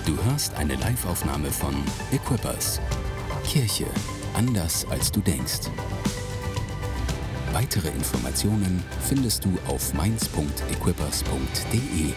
Du hörst eine Live-Aufnahme von Equippers. Kirche anders als du denkst. Weitere Informationen findest du auf mainz.equippers.de.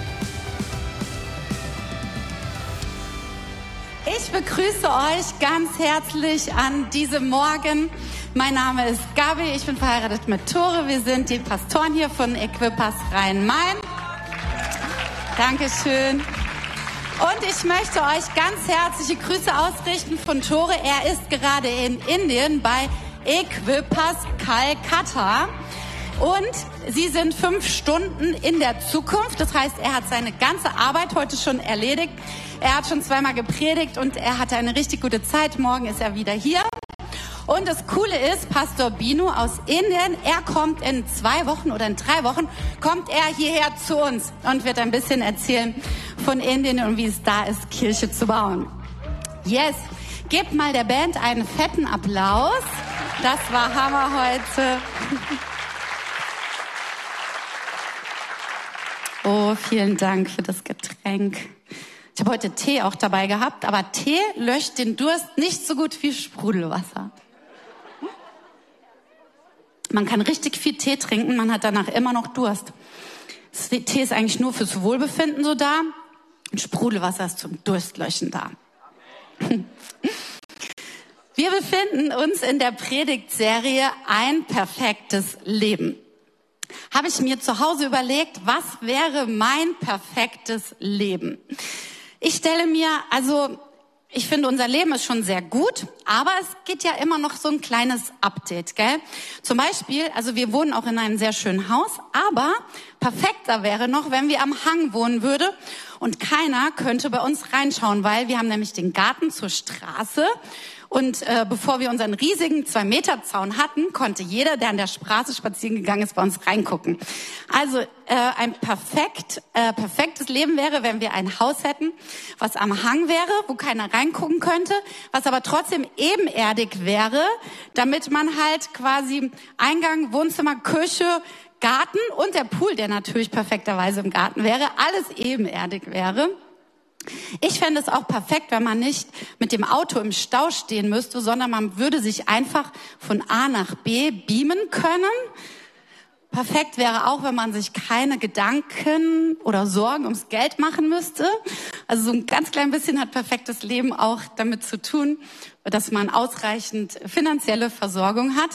Ich begrüße euch ganz herzlich an diesem Morgen. Mein Name ist Gabi, ich bin verheiratet mit Tore. Wir sind die Pastoren hier von Equippers Rhein-Main. Dankeschön. Und ich möchte euch ganz herzliche Grüße ausrichten von Tore. Er ist gerade in Indien bei Equippers Calcutta. Und sie sind 5 Stunden in der Zukunft. Das heißt, er hat seine ganze Arbeit heute schon erledigt. Er hat schon 2-mal gepredigt und er hatte eine richtig gute Zeit. Morgen ist er wieder hier. Und das Coole ist, Pastor Binu aus Indien, er kommt in 2 Wochen oder in 3 Wochen, kommt er hierher zu uns und wird ein bisschen erzählen von Indien und wie es da ist, Kirche zu bauen. Yes, gebt mal der Band einen fetten Applaus. Das war Hammer heute. Oh, vielen Dank für das Getränk. Ich habe heute Tee auch dabei gehabt, aber Tee löscht den Durst nicht so gut wie Sprudelwasser. Man kann richtig viel Tee trinken, man hat danach immer noch Durst. Tee ist eigentlich nur fürs Wohlbefinden so da und Sprudelwasser ist zum Durstlöschen da. Wir befinden uns in der Predigtserie Ein perfektes Leben. Habe ich mir zu Hause überlegt, was wäre mein perfektes Leben? Ich stelle mir, ich finde, unser Leben ist schon sehr gut, aber es geht ja immer noch so ein kleines Update, gell? Zum Beispiel, wir wohnen auch in einem sehr schönen Haus, aber perfekter wäre noch, wenn wir am Hang wohnen würden und keiner könnte bei uns reinschauen, weil wir haben nämlich den Garten zur Straße. Und bevor wir unseren riesigen 2-Meter-Zaun hatten, konnte jeder, der an der Straße spazieren gegangen ist, bei uns reingucken. Also ein perfektes Leben wäre, wenn wir ein Haus hätten, was am Hang wäre, wo keiner reingucken könnte, was aber trotzdem ebenerdig wäre, damit man halt quasi Eingang, Wohnzimmer, Küche, Garten und der Pool, der natürlich perfekterweise im Garten wäre, alles ebenerdig wäre. Ich fände es auch perfekt, wenn man nicht mit dem Auto im Stau stehen müsste, sondern man würde sich einfach von A nach B beamen können. Perfekt wäre auch, wenn man sich keine Gedanken oder Sorgen ums Geld machen müsste. Also so ein ganz klein bisschen hat perfektes Leben auch damit zu tun, dass man ausreichend finanzielle Versorgung hat.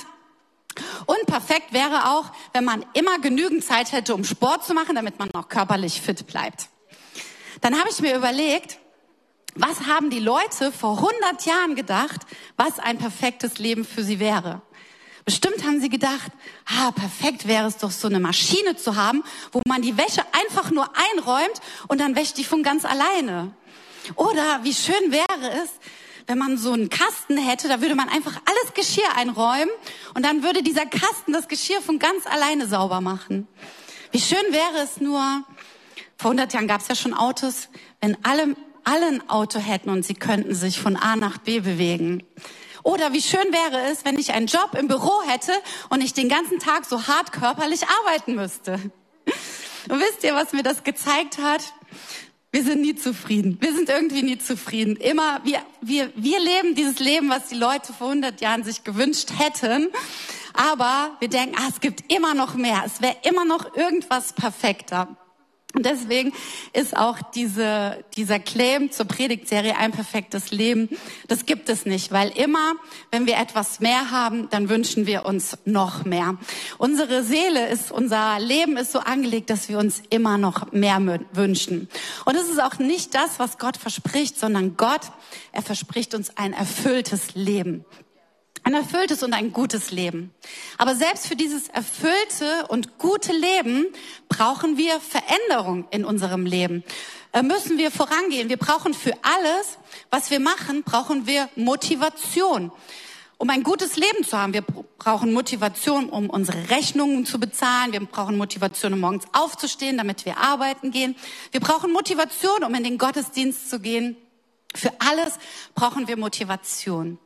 Und perfekt wäre auch, wenn man immer genügend Zeit hätte, um Sport zu machen, damit man auch körperlich fit bleibt. Dann habe ich mir überlegt, was haben die Leute vor 100 Jahren gedacht, was ein perfektes Leben für sie wäre? Bestimmt haben sie gedacht, perfekt wäre es doch, so eine Maschine zu haben, wo man die Wäsche einfach nur einräumt und dann wäscht die von ganz alleine. Oder wie schön wäre es, wenn man so einen Kasten hätte, da würde man einfach alles Geschirr einräumen und dann würde dieser Kasten das Geschirr von ganz alleine sauber machen. Wie schön wäre es nur, vor 100 Jahren gab es ja schon Autos, wenn alle ein Auto hätten und sie könnten sich von A nach B bewegen. Oder wie schön wäre es, wenn ich einen Job im Büro hätte und ich den ganzen Tag so hart körperlich arbeiten müsste. Und wisst ihr, was mir das gezeigt hat? Wir sind nie zufrieden. Wir sind irgendwie nie zufrieden. Immer, wir leben dieses Leben, was die Leute vor 100 Jahren sich gewünscht hätten. Aber wir denken, es gibt immer noch mehr. Es wäre immer noch irgendwas perfekter. Und deswegen ist auch dieser Claim zur Predigtserie Ein perfektes Leben, das gibt es nicht, weil immer, wenn wir etwas mehr haben, dann wünschen wir uns noch mehr. Unsere Seele unser Leben ist so angelegt, dass wir uns immer noch mehr wünschen. Und es ist auch nicht das, was Gott verspricht, sondern er verspricht uns ein erfülltes Leben. Ein erfülltes und ein gutes Leben. Aber selbst für dieses erfüllte und gute Leben brauchen wir Veränderung in unserem Leben. Müssen wir vorangehen. Wir brauchen für alles, was wir machen, brauchen wir Motivation. Um ein gutes Leben zu haben, wir brauchen Motivation, um unsere Rechnungen zu bezahlen. Wir brauchen Motivation, um morgens aufzustehen, damit wir arbeiten gehen. Wir brauchen Motivation, um in den Gottesdienst zu gehen. Für alles brauchen wir Motivation.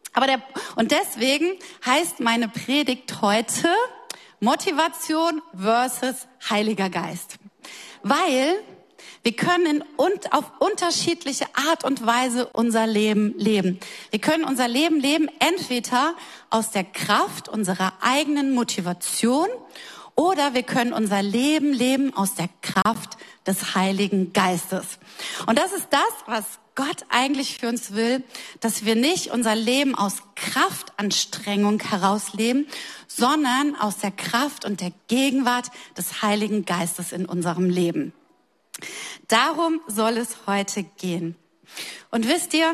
Und deswegen heißt meine Predigt heute Motivation versus Heiliger Geist. Weil Wir können auf unterschiedliche Art und Weise unser Leben leben. Wir können unser Leben leben entweder aus der Kraft unserer eigenen Motivation oder wir können unser Leben leben aus der Kraft des Heiligen Geistes. Und das ist das, was Gott eigentlich für uns will, dass wir nicht unser Leben aus Kraftanstrengung herausleben, sondern aus der Kraft und der Gegenwart des Heiligen Geistes in unserem Leben. Darum soll es heute gehen. Und wisst ihr,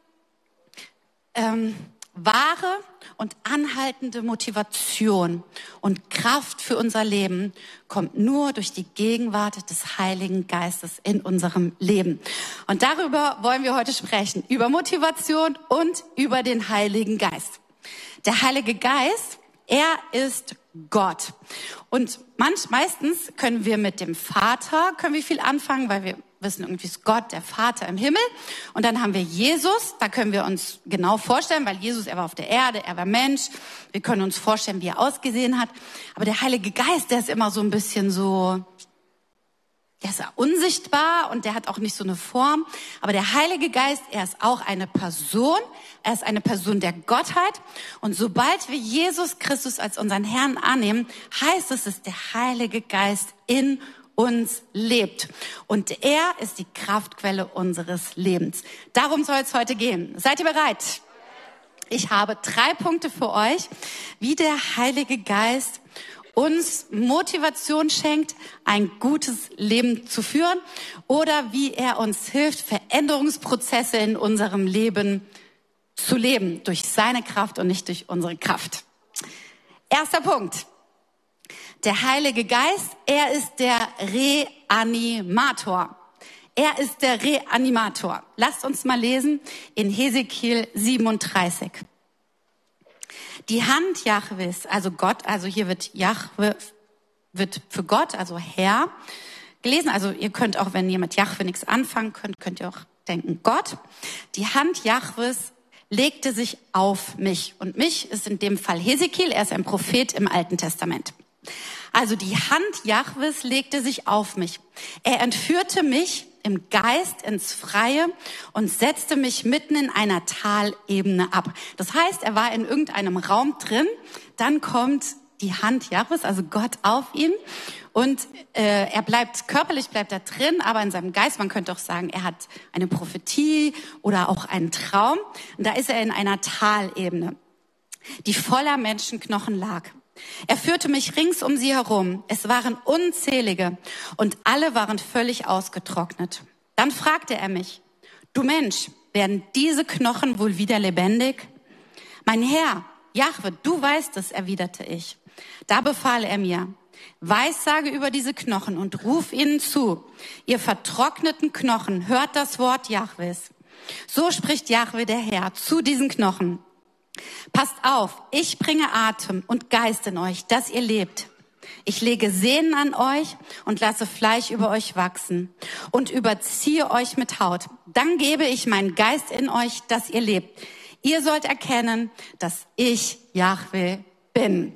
wahre und anhaltende Motivation und Kraft für unser Leben kommt nur durch die Gegenwart des Heiligen Geistes in unserem Leben. Und darüber wollen wir heute sprechen, über Motivation und über den Heiligen Geist. Der Heilige Geist, er ist Gott. Und meistens können wir mit dem Vater viel anfangen, weil wir wissen, irgendwie ist Gott der Vater im Himmel. Und dann haben wir Jesus, da können wir uns genau vorstellen, weil Jesus, er war auf der Erde, er war Mensch. Wir können uns vorstellen, wie er ausgesehen hat. Aber der Heilige Geist, der ist immer so ein bisschen so, der ist unsichtbar und der hat auch nicht so eine Form. Aber der Heilige Geist, er ist auch eine Person. Er ist eine Person der Gottheit. Und sobald wir Jesus Christus als unseren Herrn annehmen, heißt es, dass der Heilige Geist in uns lebt. Und er ist die Kraftquelle unseres Lebens. Darum soll es heute gehen. Seid ihr bereit? Ich habe 3 Punkte für euch, wie der Heilige Geist uns Motivation schenkt, ein gutes Leben zu führen oder wie er uns hilft, Veränderungsprozesse in unserem Leben zu leben, durch seine Kraft und nicht durch unsere Kraft. Erster Punkt. Der Heilige Geist, er ist der Reanimator. Er ist der Reanimator. Lasst uns mal lesen in Hesekiel 37. Die Hand Jahwes, also Gott, also hier wird Jahwe, wird für Gott, also Herr, gelesen. Also ihr könnt auch, wenn ihr mit Jahwe nichts anfangen könnt ihr auch denken, Gott. Die Hand Jahwes legte sich auf mich. Und mich ist in dem Fall Hesekiel, er ist ein Prophet im Alten Testament. Also die Hand Jahwes legte sich auf mich. Er entführte mich im Geist ins Freie und setzte mich mitten in einer Talebene ab. Das heißt, er war in irgendeinem Raum drin, dann kommt die Hand Jahwes, also Gott, auf ihn und er bleibt körperlich bleibt er drin, aber in seinem Geist, man könnte auch sagen, er hat eine Prophetie oder auch einen Traum. Und da ist er in einer Talebene, die voller Menschenknochen lag. Er führte mich rings um sie herum. Es waren unzählige und alle waren völlig ausgetrocknet. Dann fragte er mich, du Mensch, werden diese Knochen wohl wieder lebendig? Mein Herr, Jahwe, du weißt es, erwiderte ich. Da befahl er mir, Weissage über diese Knochen und ruf ihnen zu. Ihr vertrockneten Knochen, hört das Wort Jahwes. So spricht Jahwe der Herr zu diesen Knochen. Passt auf, ich bringe Atem und Geist in euch, dass ihr lebt. Ich lege Sehnen an euch und lasse Fleisch über euch wachsen und überziehe euch mit Haut. Dann gebe ich meinen Geist in euch, dass ihr lebt. Ihr sollt erkennen, dass ich Jahwe bin.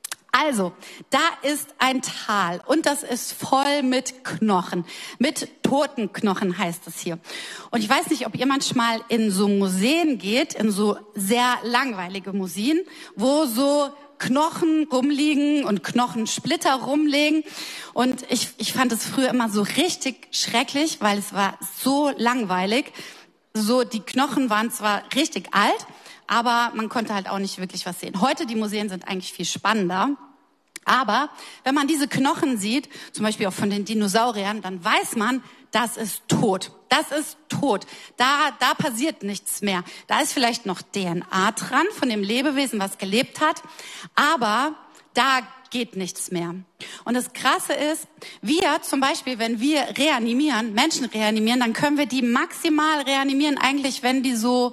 Also, da ist ein Tal und das ist voll mit Knochen, mit toten Knochen heißt es hier. Und ich weiß nicht, ob ihr manchmal in so Museen geht, in so sehr langweilige Museen, wo so Knochen rumliegen und Knochensplitter rumliegen. Und ich fand es früher immer so richtig schrecklich, weil es war so langweilig. So, die Knochen waren zwar richtig alt, aber man konnte halt auch nicht wirklich was sehen. Heute, die Museen sind eigentlich viel spannender. Aber wenn man diese Knochen sieht, zum Beispiel auch von den Dinosauriern, dann weiß man, das ist tot. Das ist tot. Da passiert nichts mehr. Da ist vielleicht noch DNA dran von dem Lebewesen, was gelebt hat. Aber da geht nichts mehr. Und das Krasse ist, wir zum Beispiel, wenn wir reanimieren, Menschen reanimieren, dann können wir die maximal reanimieren, eigentlich, wenn die so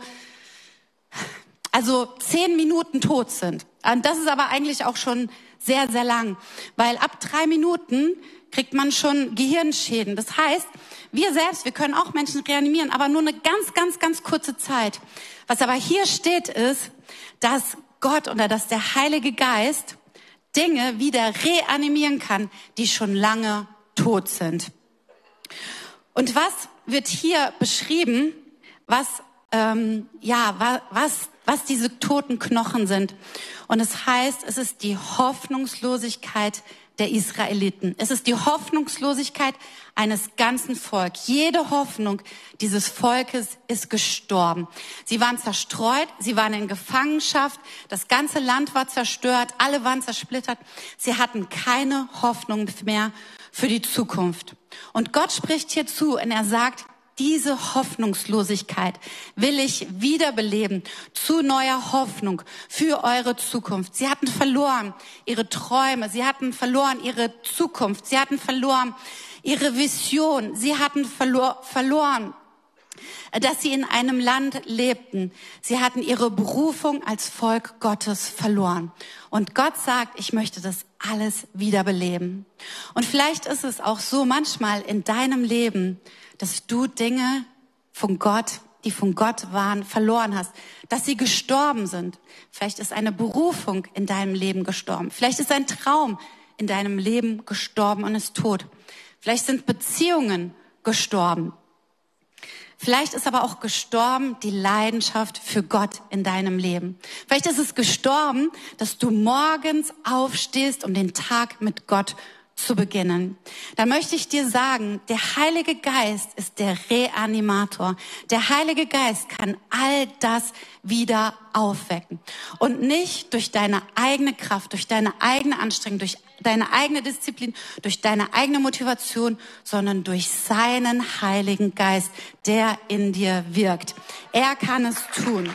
10 Minuten tot sind. Und das ist aber eigentlich auch schon sehr, sehr lang. Weil ab 3 Minuten kriegt man schon Gehirnschäden. Das heißt, wir selbst, wir können auch Menschen reanimieren, aber nur eine ganz, ganz, ganz kurze Zeit. Was aber hier steht ist, dass Gott oder dass der Heilige Geist Dinge wieder reanimieren kann, die schon lange tot sind. Und was wird hier beschrieben, was diese toten Knochen sind? Und es heißt, es ist die Hoffnungslosigkeit der Israeliten. Es ist die Hoffnungslosigkeit eines ganzen Volks. Jede Hoffnung dieses Volkes ist gestorben. Sie waren zerstreut, sie waren in Gefangenschaft, das ganze Land war zerstört, alle waren zersplittert. Sie hatten keine Hoffnung mehr für die Zukunft. Und Gott spricht hier zu und er sagt, diese Hoffnungslosigkeit will ich wiederbeleben zu neuer Hoffnung für eure Zukunft. Sie hatten verloren ihre Träume, sie hatten verloren ihre Zukunft, sie hatten verloren ihre Vision, sie hatten verloren, dass sie in einem Land lebten. Sie hatten ihre Berufung als Volk Gottes verloren. Und Gott sagt, ich möchte das alles wiederbeleben. Und vielleicht ist es auch so manchmal in deinem Leben, dass du Dinge von Gott, die von Gott waren, verloren hast, dass sie gestorben sind. Vielleicht ist eine Berufung in deinem Leben gestorben. Vielleicht ist ein Traum in deinem Leben gestorben und ist tot. Vielleicht sind Beziehungen gestorben. Vielleicht ist aber auch gestorben die Leidenschaft für Gott in deinem Leben. Vielleicht ist es gestorben, dass du morgens aufstehst, um den Tag mit Gott zu beginnen. Da möchte ich dir sagen, der Heilige Geist ist der Reanimator. Der Heilige Geist kann all das wieder aufwecken. Und nicht durch deine eigene Kraft, durch deine eigene Anstrengung, durch deine eigene Disziplin, durch deine eigene Motivation, sondern durch seinen Heiligen Geist, der in dir wirkt. Er kann es tun.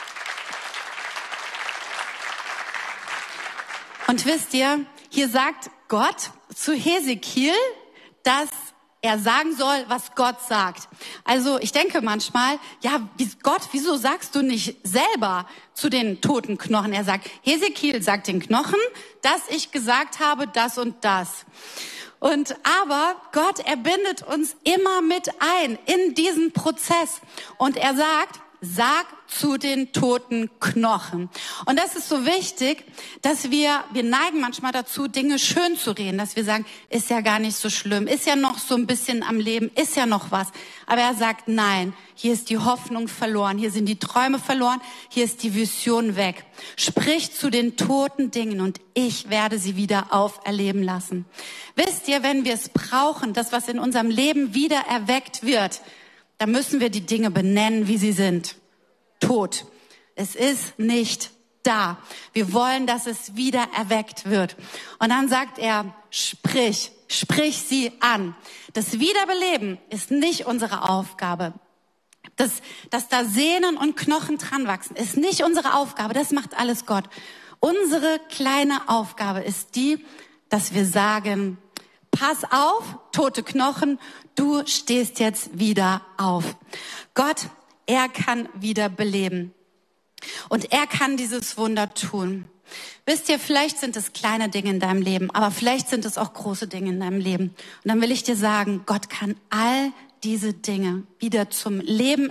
Und wisst ihr, hier sagt Gott zu Hesekiel, dass er sagen soll, was Gott sagt. Also ich denke manchmal, ja, Gott, wieso sagst du nicht selber zu den toten Knochen? Er sagt, Hesekiel sagt den Knochen, dass ich gesagt habe, das und das. Aber Gott, er bindet uns immer mit ein in diesen Prozess. Und er sagt, sag zu den toten Knochen. Und das ist so wichtig, dass wir neigen manchmal dazu, Dinge schön zu reden, dass wir sagen, ist ja gar nicht so schlimm, ist ja noch so ein bisschen am Leben, ist ja noch was. Aber er sagt, nein, hier ist die Hoffnung verloren, hier sind die Träume verloren, hier ist die Vision weg. Sprich zu den toten Dingen und ich werde sie wieder auferleben lassen. Wisst ihr, wenn wir es brauchen, das, was in unserem Leben wieder erweckt wird, dann müssen wir die Dinge benennen, wie sie sind. Tot. Es ist nicht da. Wir wollen, dass es wieder erweckt wird. Und dann sagt er, sprich sie an. Das Wiederbeleben ist nicht unsere Aufgabe. Dass da Sehnen und Knochen dran wachsen, ist nicht unsere Aufgabe. Das macht alles Gott. Unsere kleine Aufgabe ist die, dass wir sagen, pass auf, tote Knochen, du stehst jetzt wieder auf. Gott, er kann wieder beleben. Und er kann dieses Wunder tun. Wisst ihr, vielleicht sind es kleine Dinge in deinem Leben, aber vielleicht sind es auch große Dinge in deinem Leben. Und dann will ich dir sagen, Gott kann all diese Dinge wieder zum Leben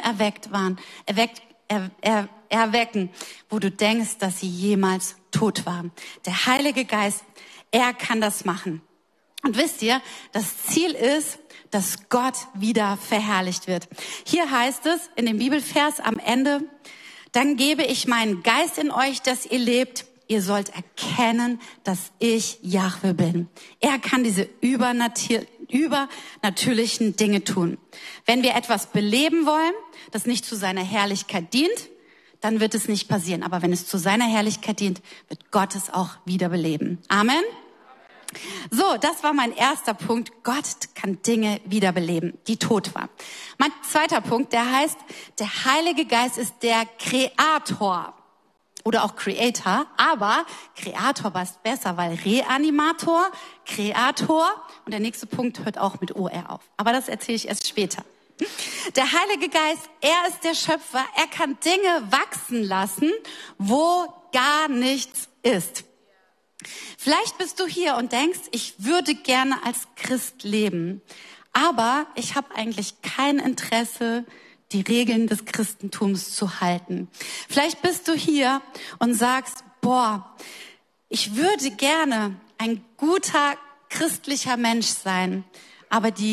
erwecken, wo du denkst, dass sie jemals tot waren. Der Heilige Geist, er kann das machen. Und wisst ihr, das Ziel ist, dass Gott wieder verherrlicht wird. Hier heißt es in dem Bibelvers am Ende, dann gebe ich meinen Geist in euch, dass ihr lebt. Ihr sollt erkennen, dass ich Jahwe bin. Er kann diese übernatürlichen Dinge tun. Wenn wir etwas beleben wollen, das nicht zu seiner Herrlichkeit dient, dann wird es nicht passieren. Aber wenn es zu seiner Herrlichkeit dient, wird Gott es auch wiederbeleben. Amen. So, das war mein erster Punkt. Gott kann Dinge wiederbeleben, die tot waren. Mein zweiter Punkt, der heißt, der Heilige Geist ist der Kreator oder auch Creator, aber Kreator passt besser, weil Reanimator, Kreator und der nächste Punkt hört auch mit OR auf. Aber das erzähle ich erst später. Der Heilige Geist, er ist der Schöpfer, er kann Dinge wachsen lassen, wo gar nichts ist. Vielleicht bist du hier und denkst, ich würde gerne als Christ leben, aber ich habe eigentlich kein Interesse, die Regeln des Christentums zu halten. Vielleicht bist du hier und sagst, ich würde gerne ein guter christlicher Mensch sein, aber die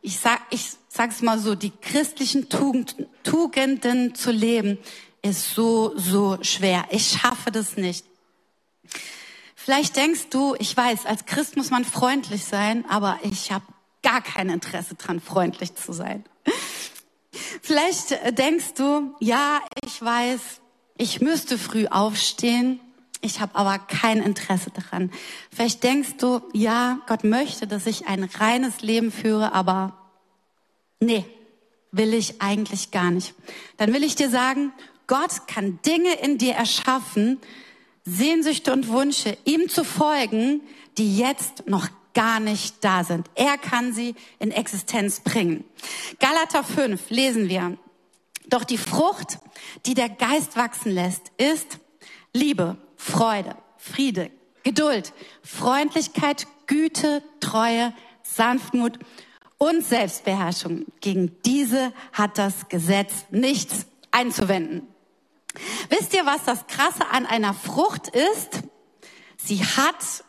ich sag's mal so, die christlichen Tugenden zu leben, ist so schwer. Ich schaffe das nicht. Vielleicht denkst du, ich weiß, als Christ muss man freundlich sein, aber ich habe gar kein Interesse dran, freundlich zu sein. Vielleicht denkst du, ja, ich weiß, ich müsste früh aufstehen, ich habe aber kein Interesse daran. Vielleicht denkst du, ja, Gott möchte, dass ich ein reines Leben führe, aber nee, will ich eigentlich gar nicht. Dann will ich dir sagen, Gott kann Dinge in dir erschaffen, Sehnsüchte und Wünsche, ihm zu folgen, die jetzt noch gar nicht da sind. Er kann sie in Existenz bringen. Galater 5 lesen wir. Doch die Frucht, die der Geist wachsen lässt, ist Liebe, Freude, Friede, Geduld, Freundlichkeit, Güte, Treue, Sanftmut und Selbstbeherrschung. Gegen diese hat das Gesetz nichts einzuwenden. Wisst ihr, was das Krasse an einer Frucht ist? Sie hat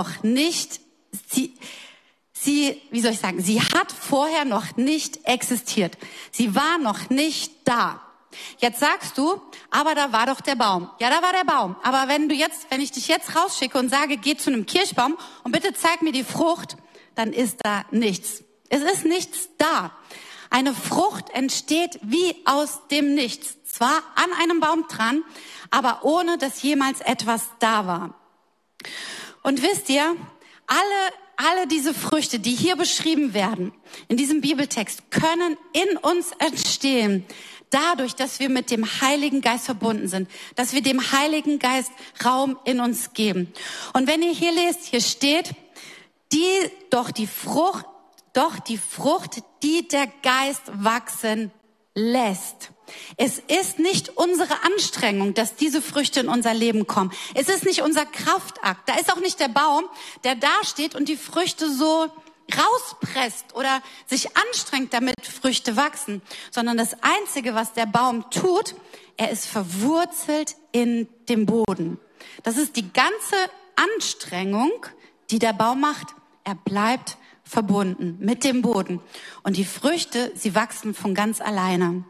vorher noch nicht existiert. Sie war noch nicht da. Jetzt sagst du, aber da war doch der Baum. Ja, da war der Baum. Aber wenn ich dich jetzt rausschicke und sage, geh zu einem Kirschbaum und bitte zeig mir die Frucht, dann ist da nichts. Es ist nichts da. Eine Frucht entsteht wie aus dem Nichts. Zwar an einem Baum dran, aber ohne, dass jemals etwas da war. Und wisst ihr, alle diese Früchte, die hier beschrieben werden, in diesem Bibeltext, können in uns entstehen, dadurch, dass wir mit dem Heiligen Geist verbunden sind, dass wir dem Heiligen Geist Raum in uns geben. Und wenn ihr hier lest, hier steht, die Frucht, die der Geist wachsen lässt. Es ist nicht unsere Anstrengung, dass diese Früchte in unser Leben kommen. Es ist nicht unser Kraftakt. Da ist auch nicht der Baum, der da steht und die Früchte so rauspresst oder sich anstrengt, damit Früchte wachsen. Sondern das Einzige, was der Baum tut, er ist verwurzelt in dem Boden. Das ist die ganze Anstrengung, die der Baum macht. Er bleibt verbunden mit dem Boden. Und die Früchte, sie wachsen von ganz alleine.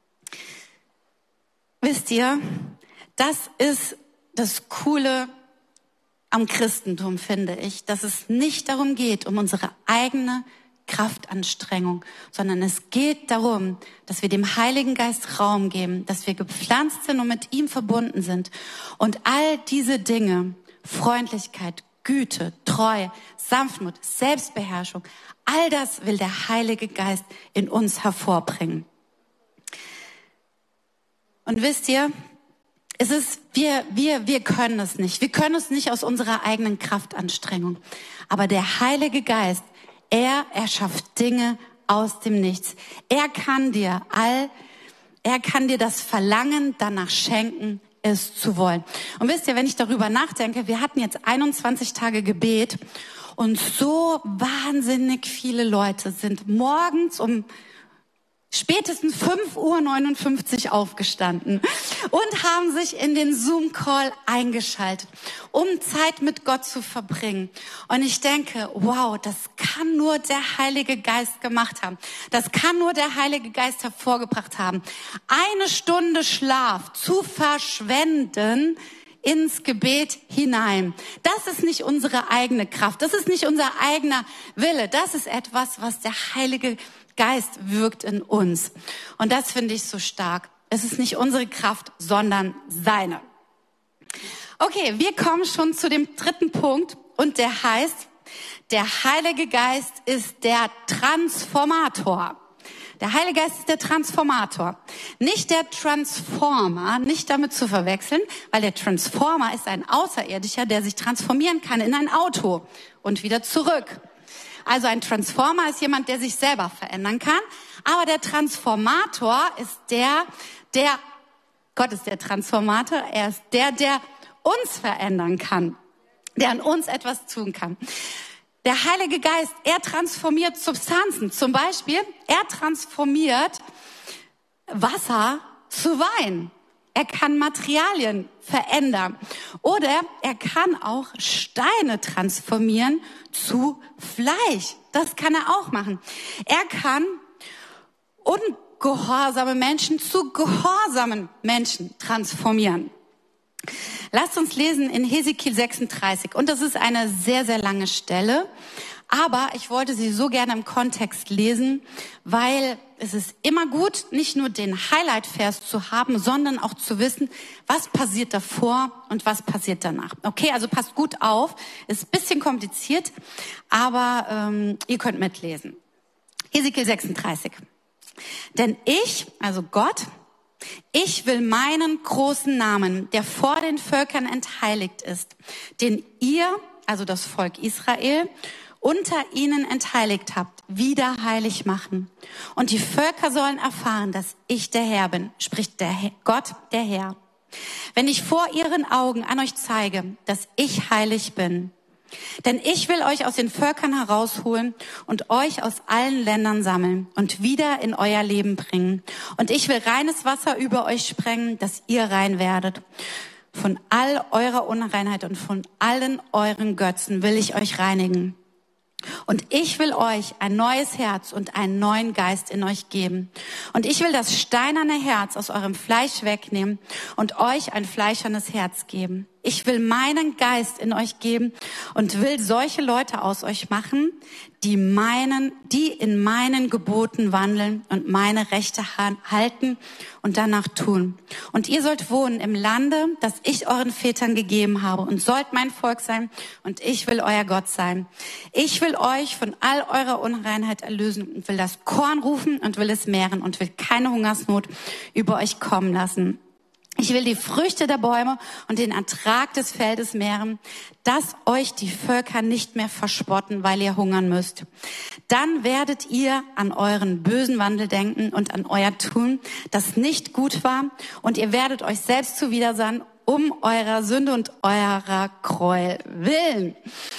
Wisst ihr, das ist das Coole am Christentum, finde ich, dass es nicht darum geht, um unsere eigene Kraftanstrengung, sondern es geht darum, dass wir dem Heiligen Geist Raum geben, dass wir gepflanzt sind und mit ihm verbunden sind. Und all diese Dinge, Freundlichkeit, Güte, Treue, Sanftmut, Selbstbeherrschung, all das will der Heilige Geist in uns hervorbringen. Und wisst ihr, wir können es nicht. Wir können es nicht aus unserer eigenen Kraftanstrengung. Aber der Heilige Geist, er erschafft Dinge aus dem Nichts. Er kann dir das Verlangen danach schenken, es zu wollen. Und wisst ihr, wenn ich darüber nachdenke, wir hatten jetzt 21 Tage Gebet und so wahnsinnig viele Leute sind morgens um spätestens 5:59 Uhr aufgestanden und haben sich in den Zoom-Call eingeschaltet, um Zeit mit Gott zu verbringen. Und ich denke, wow, das kann nur der Heilige Geist gemacht haben. Das kann nur der Heilige Geist hervorgebracht haben. 1 Stunde Schlaf zu verschwenden ins Gebet hinein. Das ist nicht unsere eigene Kraft. Das ist nicht unser eigener Wille. Das ist etwas, was der Heilige Geist wirkt in uns. Und das finde ich so stark. Es ist nicht unsere Kraft, sondern seine. Okay, wir kommen schon zu dem 3. Punkt und der heißt, der Heilige Geist ist der Transformator. Der Heilige Geist ist der Transformator. Nicht der Transformer, nicht damit zu verwechseln, weil der Transformer ist ein Außerirdischer, der sich transformieren kann in ein Auto und wieder zurück. Also ein Transformer ist jemand, der sich selber verändern kann. Aber der Transformator ist Gott ist der Transformator. Er ist der uns verändern kann, der an uns etwas tun kann. Der Heilige Geist, er transformiert Substanzen. Zum Beispiel, er transformiert Wasser zu Wein. Er kann Materialien verändern. Oder er kann auch Steine transformieren zu Fleisch. Das kann er auch machen. Er kann ungehorsame Menschen zu gehorsamen Menschen transformieren. Lasst uns lesen in Hesekiel 36. Und das ist eine sehr, sehr lange Stelle. Aber ich wollte sie so gerne im Kontext lesen, weil es ist immer gut, nicht nur den Highlight-Vers zu haben, sondern auch zu wissen, was passiert davor und was passiert danach. Okay, also passt gut auf. Ist ein bisschen kompliziert, aber ihr könnt mitlesen. Hesekiel 36. Denn ich, also Gott, ich will meinen großen Namen, der vor den Völkern entheiligt ist, den ihr, also das Volk Israel, unter ihnen entheiligt habt, wieder heilig machen. Und die Völker sollen erfahren, dass ich der Herr bin, spricht Gott, der Herr. Wenn ich vor ihren Augen an euch zeige, dass ich heilig bin. Denn ich will euch aus den Völkern herausholen und euch aus allen Ländern sammeln und wieder in euer Leben bringen. Und ich will reines Wasser über euch sprengen, dass ihr rein werdet. Von all eurer Unreinheit und von allen euren Götzen will ich euch reinigen. Und ich will euch ein neues Herz und einen neuen Geist in euch geben. Und ich will das steinerne Herz aus eurem Fleisch wegnehmen und euch ein fleischernes Herz geben. Ich will meinen Geist in euch geben und will solche Leute aus euch machen, die in meinen Geboten wandeln und meine Rechte halten und danach tun. Und ihr sollt wohnen im Lande, das ich euren Vätern gegeben habe und sollt mein Volk sein und ich will euer Gott sein. Ich will euch von all eurer Unreinheit erlösen und will das Korn rufen und will es mehren und will keine Hungersnot über euch kommen lassen. Ich will die Früchte der Bäume und den Ertrag des Feldes mehren, dass euch die Völker nicht mehr verspotten, weil ihr hungern müsst. Dann werdet ihr an euren bösen Wandel denken und an euer Tun, das nicht gut war, und ihr werdet euch selbst zuwider sein, um eurer Sünde und eurer Gräuel willen.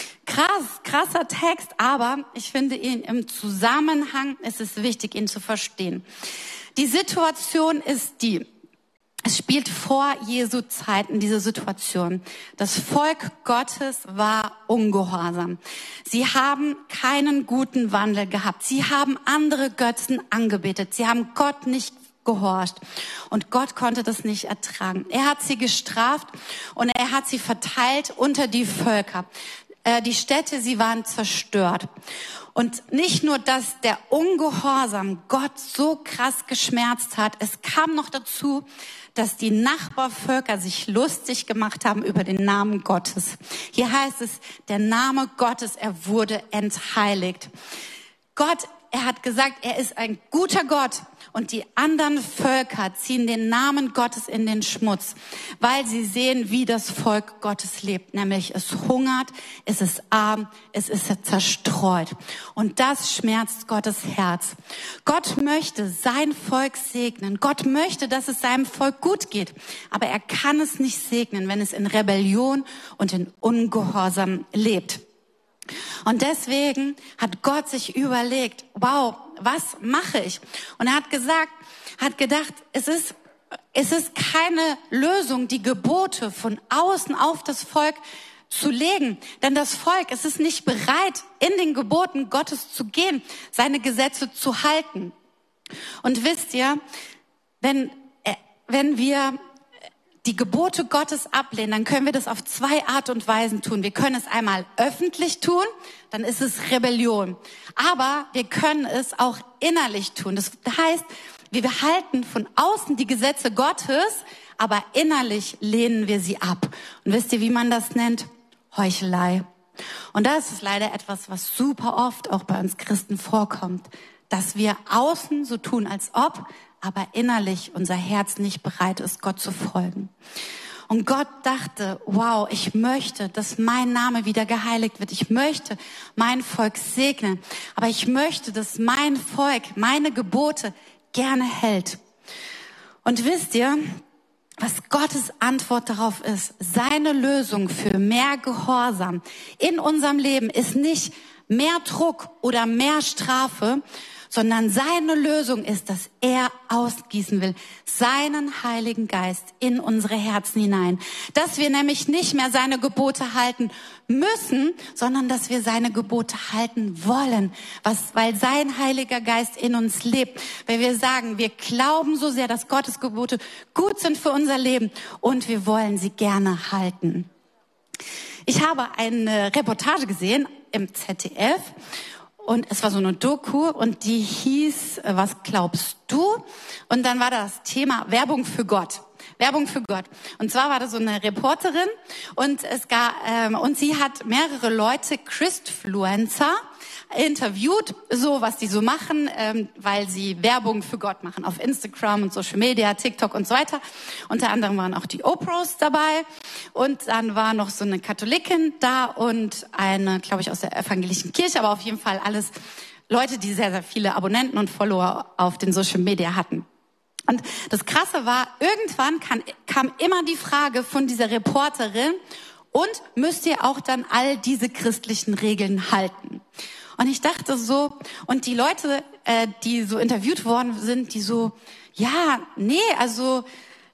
Krasser Text, aber ich finde ihn im Zusammenhang, es ist wichtig, ihn zu verstehen. Die Situation ist die: Es spielt vor Jesu Zeiten diese Situation. Das Volk Gottes war ungehorsam. Sie haben keinen guten Wandel gehabt. Sie haben andere Götzen angebetet. Sie haben Gott nicht gehorcht. Und Gott konnte das nicht ertragen. Er hat sie gestraft und er hat sie verteilt unter die Völker. Die Städte, sie waren zerstört. Und nicht nur, dass der Ungehorsam Gott so krass geschmerzt hat, es kam noch dazu, dass die Nachbarvölker sich lustig gemacht haben über den Namen Gottes. Hier heißt es, der Name Gottes, er wurde entheiligt. Gott, er hat gesagt, er ist ein guter Gott. Und die anderen Völker ziehen den Namen Gottes in den Schmutz, weil sie sehen, wie das Volk Gottes lebt. Nämlich es hungert, es ist arm, es ist zerstreut. Und das schmerzt Gottes Herz. Gott möchte sein Volk segnen. Gott möchte, dass es seinem Volk gut geht. Aber er kann es nicht segnen, wenn es in Rebellion und in Ungehorsam lebt. Und deswegen hat Gott sich überlegt, wow, was mache ich? Und er hat gedacht, es ist keine Lösung, die Gebote von außen auf das Volk zu legen. Denn das Volk, es ist nicht bereit, in den Geboten Gottes zu gehen, seine Gesetze zu halten. Und wisst ihr, wenn wir die Gebote Gottes ablehnen, dann können wir das auf zwei Art und Weisen tun. Wir können es einmal öffentlich tun, dann ist es Rebellion. Aber wir können es auch innerlich tun. Das heißt, wir halten von außen die Gesetze Gottes, aber innerlich lehnen wir sie ab. Und wisst ihr, wie man das nennt? Heuchelei. Und das ist leider etwas, was super oft auch bei uns Christen vorkommt, dass wir außen so tun, als ob, aber innerlich unser Herz nicht bereit ist, Gott zu folgen. Und Gott dachte, wow, ich möchte, dass mein Name wieder geheiligt wird. Ich möchte mein Volk segnen. Aber ich möchte, dass mein Volk meine Gebote gerne hält. Und wisst ihr, was Gottes Antwort darauf ist? Seine Lösung für mehr Gehorsam in unserem Leben ist nicht mehr Druck oder mehr Strafe, sondern seine Lösung ist, dass er ausgießen will, seinen Heiligen Geist in unsere Herzen hinein. Dass wir nämlich nicht mehr seine Gebote halten müssen, sondern dass wir seine Gebote halten wollen, weil sein Heiliger Geist in uns lebt. Weil wir sagen, wir glauben so sehr, dass Gottes Gebote gut sind für unser Leben und wir wollen sie gerne halten. Ich habe eine Reportage gesehen im ZDF und es war so eine Doku und die hieß, was glaubst du? Und dann war das Thema Werbung für Gott. Werbung für Gott. Und zwar war das so eine Reporterin und und sie hat mehrere Leute, Christfluencer, interviewt, so was die so machen, weil sie Werbung für Gott machen auf Instagram und Social Media, TikTok und so weiter. Unter anderem waren auch die Oprahs dabei und dann war noch so eine Katholikin da und eine, glaube ich, aus der evangelischen Kirche, aber auf jeden Fall alles Leute, die sehr, sehr viele Abonnenten und Follower auf den Social Media hatten. Und das Krasse war, irgendwann kam immer die Frage von dieser Reporterin, und müsst ihr auch dann all diese christlichen Regeln halten? Und ich dachte so, und die Leute, die so interviewt worden sind, die so, ja, nee, also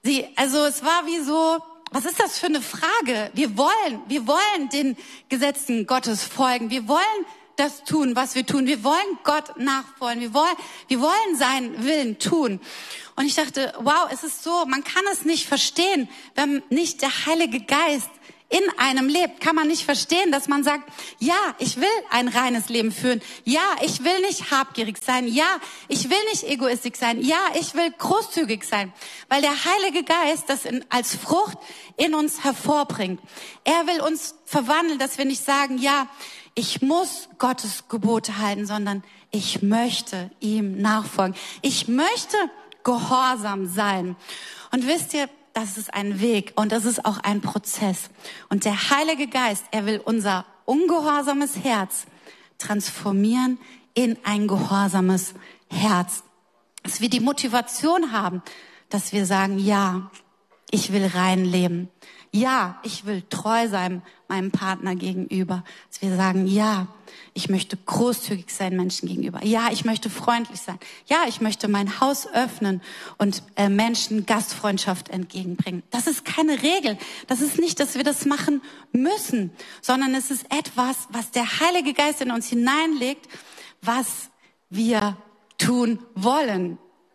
es war wie so, was ist das für eine Frage? Wir wollen den Gesetzen Gottes folgen. Wir wollen das tun, was wir tun. Wir wollen Gott nachfolgen. Wir wollen seinen Willen tun. Und ich dachte, wow, es ist so, man kann es nicht verstehen, wenn nicht der Heilige Geist in einem lebt, kann man nicht verstehen, dass man sagt, ja, ich will ein reines Leben führen. Ja, ich will nicht habgierig sein. Ja, ich will nicht egoistisch sein. Ja, ich will großzügig sein. Weil der Heilige Geist das als Frucht in uns hervorbringt. Er will uns verwandeln, dass wir nicht sagen, ja, ich muss Gottes Gebote halten, sondern ich möchte ihm nachfolgen. Ich möchte gehorsam sein. Und wisst ihr, das ist ein Weg und das ist auch ein Prozess. Und der Heilige Geist, er will unser ungehorsames Herz transformieren in ein gehorsames Herz. Dass wir die Motivation haben, dass wir sagen, ja, ich will rein leben. Ja, ich will treu sein meinem Partner gegenüber. Dass wir sagen, ja, ich möchte großzügig sein Menschen gegenüber. Ja, ich möchte freundlich sein. Ja, ich möchte mein Haus öffnen und Menschen Gastfreundschaft entgegenbringen. Das ist keine Regel. Das ist nicht, dass wir das machen müssen, sondern es ist etwas, was der Heilige Geist in uns hineinlegt, was wir tun wollen.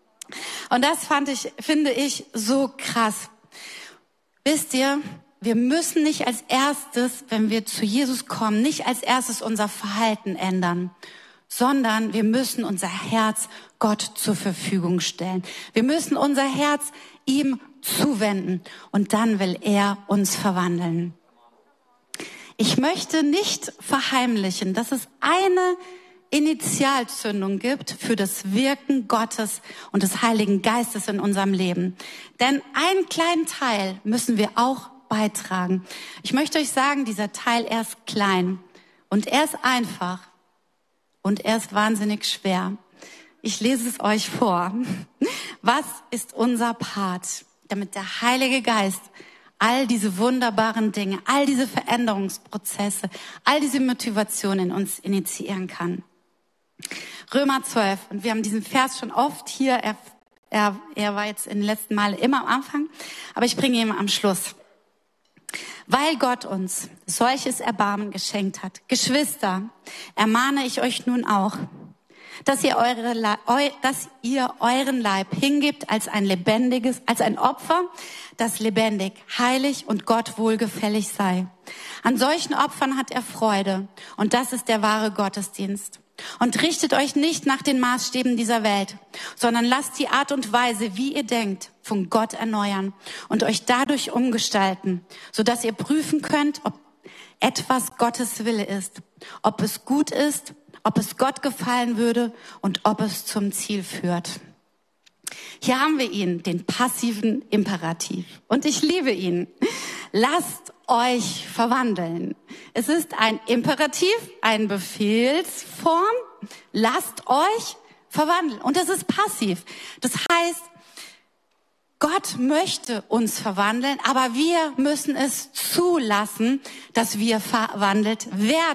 Und das finde ich so krass. Wisst ihr, wir müssen nicht als erstes, wenn wir zu Jesus kommen, nicht als erstes unser Verhalten ändern, sondern wir müssen unser Herz Gott zur Verfügung stellen. Wir müssen unser Herz ihm zuwenden und dann will er uns verwandeln. Ich möchte nicht verheimlichen, dass es eine Initialzündung gibt für das Wirken Gottes und des Heiligen Geistes in unserem Leben. Denn einen kleinen Teil müssen wir auch beitragen. Ich möchte euch sagen, dieser Teil, er ist klein und er ist einfach und er ist wahnsinnig schwer. Ich lese es euch vor. Was ist unser Part, damit der Heilige Geist all diese wunderbaren Dinge, all diese Veränderungsprozesse, all diese Motivationen in uns initiieren kann? Römer 12. Und wir haben diesen Vers schon oft hier. Er war jetzt in den letzten Male immer am Anfang, aber ich bringe ihn am Schluss. Weil Gott uns solches Erbarmen geschenkt hat, Geschwister, ermahne ich euch nun auch, dass ihr euren Leib hingebt als ein Opfer, das lebendig, heilig und Gott wohlgefällig sei. An solchen Opfern hat er Freude und das ist der wahre Gottesdienst. Und richtet euch nicht nach den Maßstäben dieser Welt, sondern lasst die Art und Weise, wie ihr denkt, von Gott erneuern und euch dadurch umgestalten, sodass ihr prüfen könnt, ob etwas Gottes Wille ist, ob es gut ist, ob es Gott gefallen würde und ob es zum Ziel führt. Hier haben wir ihn, den passiven Imperativ. Und ich liebe ihn. Lasst euch verwandeln. Es ist ein Imperativ, eine Befehlsform. Lasst euch verwandeln. Und es ist passiv. Das heißt, Gott möchte uns verwandeln, aber wir müssen es zulassen, dass wir verwandelt werden.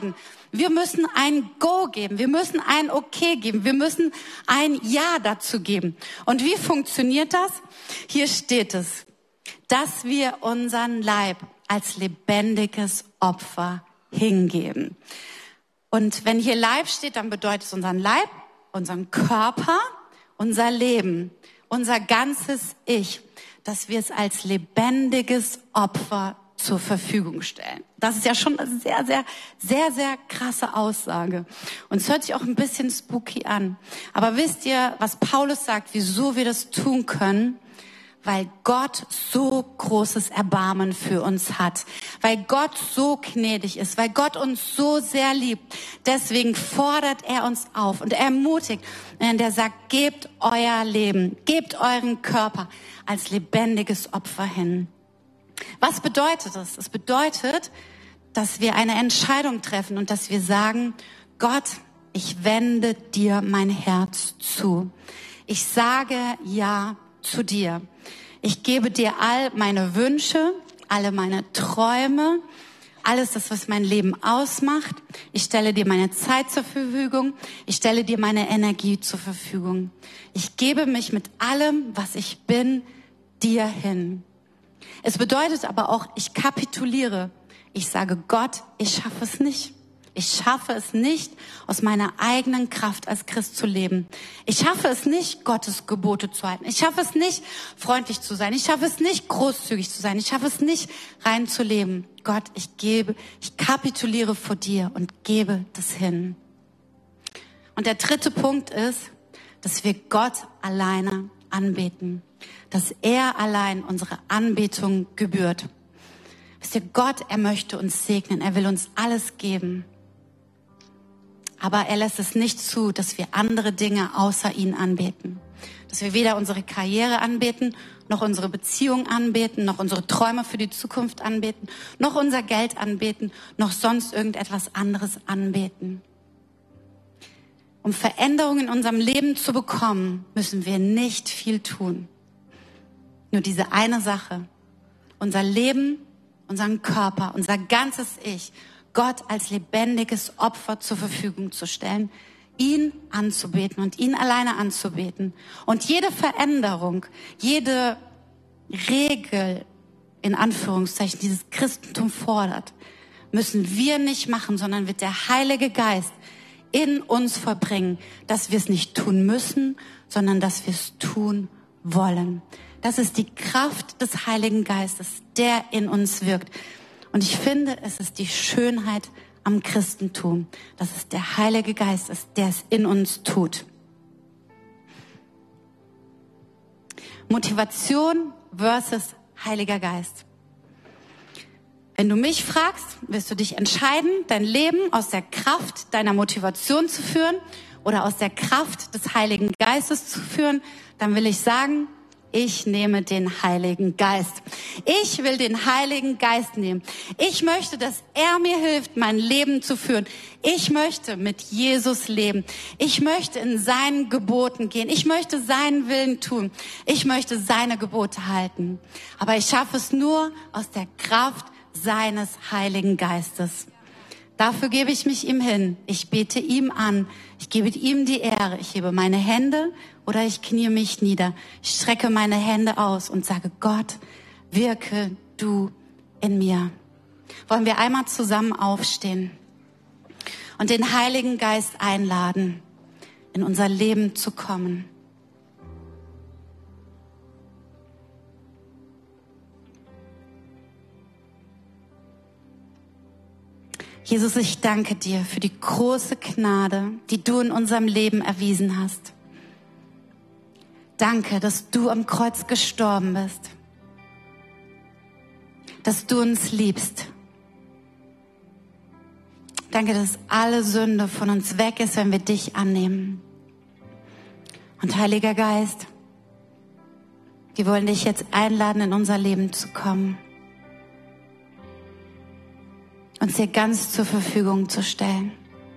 Wir müssen ein Go geben, wir müssen ein Okay geben, wir müssen ein Ja dazu geben. Und wie funktioniert das? Hier steht es, dass wir unseren Leib als lebendiges Opfer hingeben. Und wenn hier Leib steht, dann bedeutet es unseren Leib, unseren Körper, unser Leben, unser ganzes Ich, dass wir es als lebendiges Opfer zur Verfügung stellen. Das ist ja schon eine sehr, sehr, sehr, sehr krasse Aussage. Und es hört sich auch ein bisschen spooky an. Aber wisst ihr, was Paulus sagt, wieso wir das tun können? Weil Gott so großes Erbarmen für uns hat. Weil Gott so gnädig ist. Weil Gott uns so sehr liebt. Deswegen fordert er uns auf und ermutigt. Und er sagt, gebt euer Leben, gebt euren Körper als lebendiges Opfer hin. Was bedeutet das? Es bedeutet, dass wir eine Entscheidung treffen und dass wir sagen, Gott, ich wende dir mein Herz zu. Ich sage Ja zu dir. Ich gebe dir all meine Wünsche, alle meine Träume, alles das, was mein Leben ausmacht. Ich stelle dir meine Zeit zur Verfügung. Ich stelle dir meine Energie zur Verfügung. Ich gebe mich mit allem, was ich bin, dir hin. Es bedeutet aber auch, ich kapituliere. Ich sage, Gott, ich schaffe es nicht. Ich schaffe es nicht, aus meiner eigenen Kraft als Christ zu leben. Ich schaffe es nicht, Gottes Gebote zu halten. Ich schaffe es nicht, freundlich zu sein. Ich schaffe es nicht, großzügig zu sein. Ich schaffe es nicht, rein zu leben. Gott, ich kapituliere vor dir und gebe das hin. Und der dritte Punkt ist, dass wir Gott alleine anbeten. Dass er allein unsere Anbetung gebührt. Wisst ihr, Gott, er möchte uns segnen. Er will uns alles geben. Aber er lässt es nicht zu, dass wir andere Dinge außer ihn anbeten. Dass wir weder unsere Karriere anbeten, noch unsere Beziehung anbeten, noch unsere Träume für die Zukunft anbeten, noch unser Geld anbeten, noch sonst irgendetwas anderes anbeten. Um Veränderungen in unserem Leben zu bekommen, müssen wir nicht viel tun. Nur diese eine Sache. Unser Leben, unseren Körper, unser ganzes Ich, Gott als lebendiges Opfer zur Verfügung zu stellen, ihn anzubeten und ihn alleine anzubeten. Und jede Veränderung, jede Regel, in Anführungszeichen, dieses Christentum fordert, müssen wir nicht machen, sondern wird der Heilige Geist in uns vollbringen, dass wir es nicht tun müssen, sondern dass wir es tun wollen. Das ist die Kraft des Heiligen Geistes, der in uns wirkt. Und ich finde, es ist die Schönheit am Christentum, dass es der Heilige Geist ist, der es in uns tut. Motivation versus Heiliger Geist. Wenn du mich fragst, wirst du dich entscheiden, dein Leben aus der Kraft deiner Motivation zu führen oder aus der Kraft des Heiligen Geistes zu führen, dann will ich sagen, ich nehme den Heiligen Geist. Ich will den Heiligen Geist nehmen. Ich möchte, dass er mir hilft, mein Leben zu führen. Ich möchte mit Jesus leben. Ich möchte in seinen Geboten gehen. Ich möchte seinen Willen tun. Ich möchte seine Gebote halten. Aber ich schaffe es nur aus der Kraft seines Heiligen Geistes. Dafür gebe ich mich ihm hin. Ich bete ihm an. Ich gebe ihm die Ehre. Ich hebe meine Hände oder ich knie mich nieder. Ich strecke meine Hände aus und sage, Gott, wirke du in mir. Wollen wir einmal zusammen aufstehen und den Heiligen Geist einladen, in unser Leben zu kommen. Jesus, ich danke dir für die große Gnade, die du in unserem Leben erwiesen hast. Danke, dass du am Kreuz gestorben bist, dass du uns liebst. Danke, dass alle Sünde von uns weg ist, wenn wir dich annehmen. Und Heiliger Geist, wir wollen dich jetzt einladen, in unser Leben zu kommen. Uns dir ganz zur Verfügung zu stellen.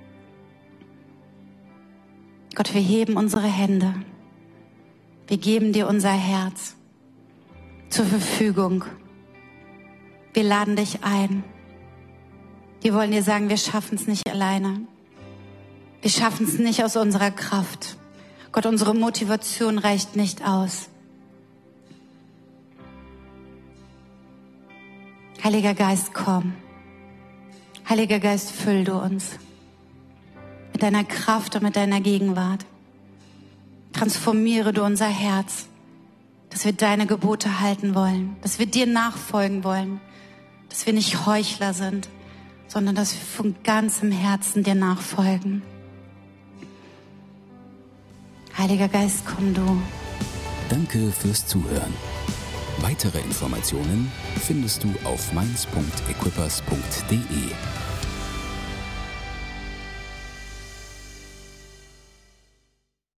Gott, wir heben unsere Hände. Wir geben dir unser Herz zur Verfügung. Wir laden dich ein. die wollen dir sagen, wir schaffen es nicht alleine. Wir schaffen es nicht aus unserer Kraft. Gott, unsere Motivation reicht nicht aus. Heiliger Geist, komm. Heiliger Geist, füll du uns mit deiner Kraft und mit deiner Gegenwart. Transformiere du unser Herz, dass wir deine Gebote halten wollen, dass wir dir nachfolgen wollen, dass wir nicht Heuchler sind, sondern dass wir von ganzem Herzen dir nachfolgen. Heiliger Geist, komm du. Danke fürs Zuhören. Weitere Informationen findest du auf mainz.equippers.de.